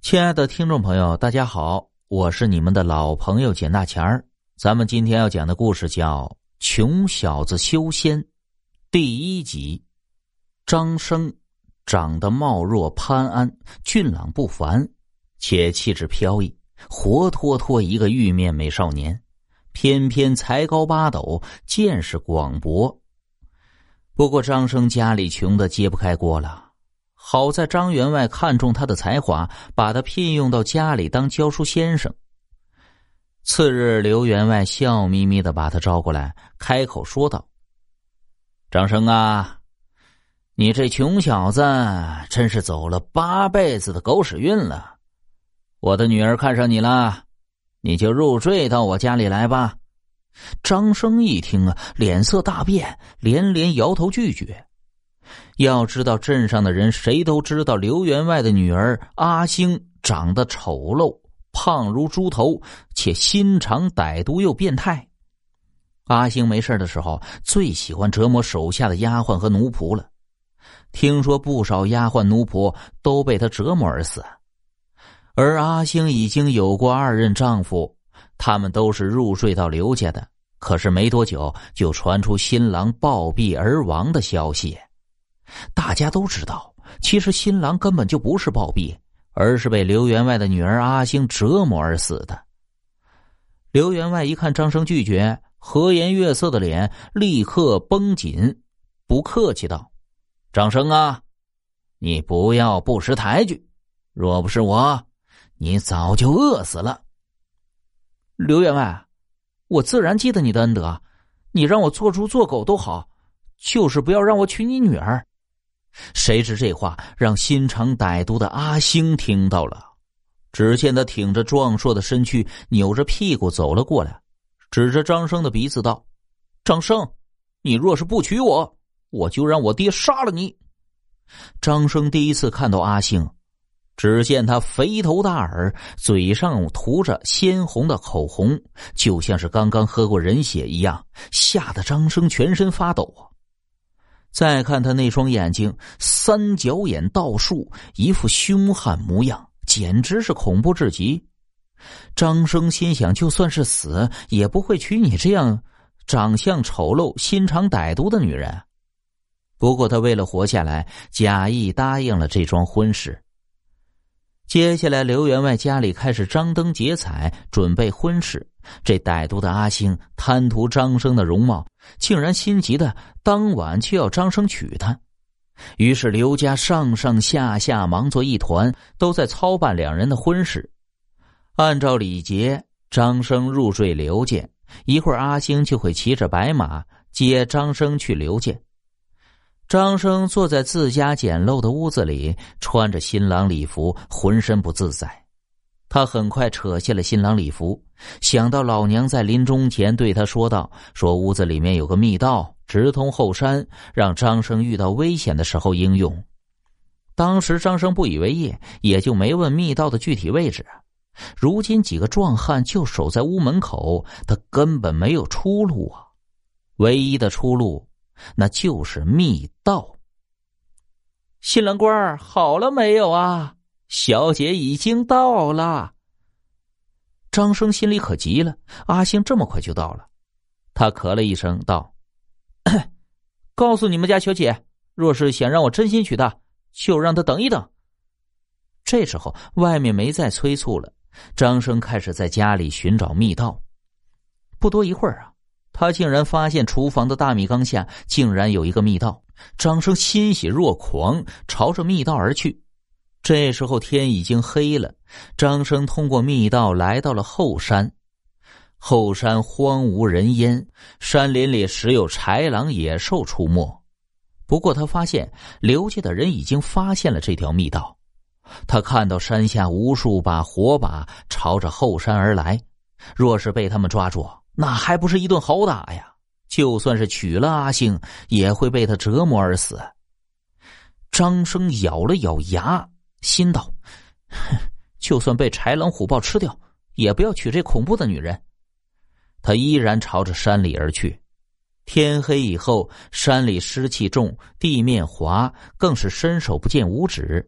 亲爱的听众朋友，大家好，我是你们的老朋友简大钱儿。咱们今天要讲的故事叫《穷小子修仙》第一集。张生长得貌若潘安，俊朗不凡，且气质飘逸，活脱脱一个玉面美少年，偏偏才高八斗，见识广博。不过张生家里穷得揭不开锅了，好在张员外看中他的才华，把他聘用到家里当教书先生。次日，刘员外笑眯眯地把他招过来，开口说道：张生啊，你这穷小子真是走了8辈子的狗屎运了。我的女儿看上你了，你就入赘到我家里来吧。张生一听啊，脸色大变，连连摇头拒绝。要知道镇上的人谁都知道刘员外的女儿阿星长得丑陋，胖如猪头，且心肠歹毒又变态。阿星没事的时候最喜欢折磨手下的丫鬟和奴仆了，听说不少丫鬟奴仆都被他折磨而死。而阿星已经有过2任丈夫，他们都是入赘到刘家的，可是没多久就传出新郎暴毙而亡的消息。大家都知道，其实新郎根本就不是暴毙，而是被刘员外的女儿阿星折磨而死的。刘员外一看张生拒绝，和颜悦色的脸立刻绷紧，不客气道：张生啊，你不要不识抬举，若不是我，你早就饿死了。刘员外，我自然记得你的恩德，你让我做猪做狗都好，就是不要让我娶你女儿。谁知这话让心肠歹毒的阿星听到了，只见他挺着壮硕的身躯，扭着屁股走了过来，指着张生的鼻子道：张生，你若是不娶我，我就让我爹杀了你。张生第一次看到阿星，只见他肥头大耳，嘴上涂着鲜红的口红，就像是刚刚喝过人血一样，吓得张生全身发抖。再看他那双眼睛，3角眼倒竖，一副凶悍模样，简直是恐怖至极。张生心想，就算是死也不会娶你这样长相丑陋心肠歹毒的女人。不过他为了活下来，假意答应了这桩婚事。接下来刘员外家里开始张灯结彩，准备婚事。这歹毒的阿星贪图张生的容貌，竟然心急的当晚就要张生娶她。于是刘家上上下下忙作一团，都在操办2人的婚事。按照礼节，张生入赘刘家，一会儿阿星就会骑着白马接张生去刘家。张生坐在自家简陋的屋子里，穿着新郎礼服，浑身不自在。他很快扯下了新郎礼服，想到老娘在临终前对他说道，说屋子里面有个密道直通后山，让张生遇到危险的时候应用。当时张生不以为意，也就没问密道的具体位置。如今几个壮汉就守在屋门口，他根本没有出路啊！唯一的出路那就是密道。新郎官好了没有啊？小姐已经到了。张生心里可急了，阿星这么快就到了。他咳了一声道：告诉你们家小姐，若是想让我真心娶她，就让她等一等。这时候外面没再催促了，张生开始在家里寻找密道。不多一会儿啊，他竟然发现厨房的大米缸下竟然有一个密道。张生欣喜若狂，朝着密道而去。这时候天已经黑了，张生通过密道来到了后山。后山荒无人烟，山林里时有豺狼野兽出没。不过他发现刘家的人已经发现了这条密道。他看到山下无数把火把朝着后山而来，若是被他们抓住，那还不是一顿好打呀！就算是娶了阿星，也会被他折磨而死。张生咬了咬牙，心道：就算被豺狼虎豹吃掉，也不要娶这恐怖的女人。他依然朝着山里而去。天黑以后，山里湿气重，地面滑，更是伸手不见五指。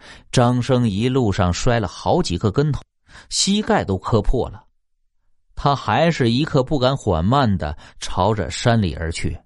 张生一路上摔了好几个跟头，膝盖都磕破了。他还是一刻不敢缓慢地朝着山里而去。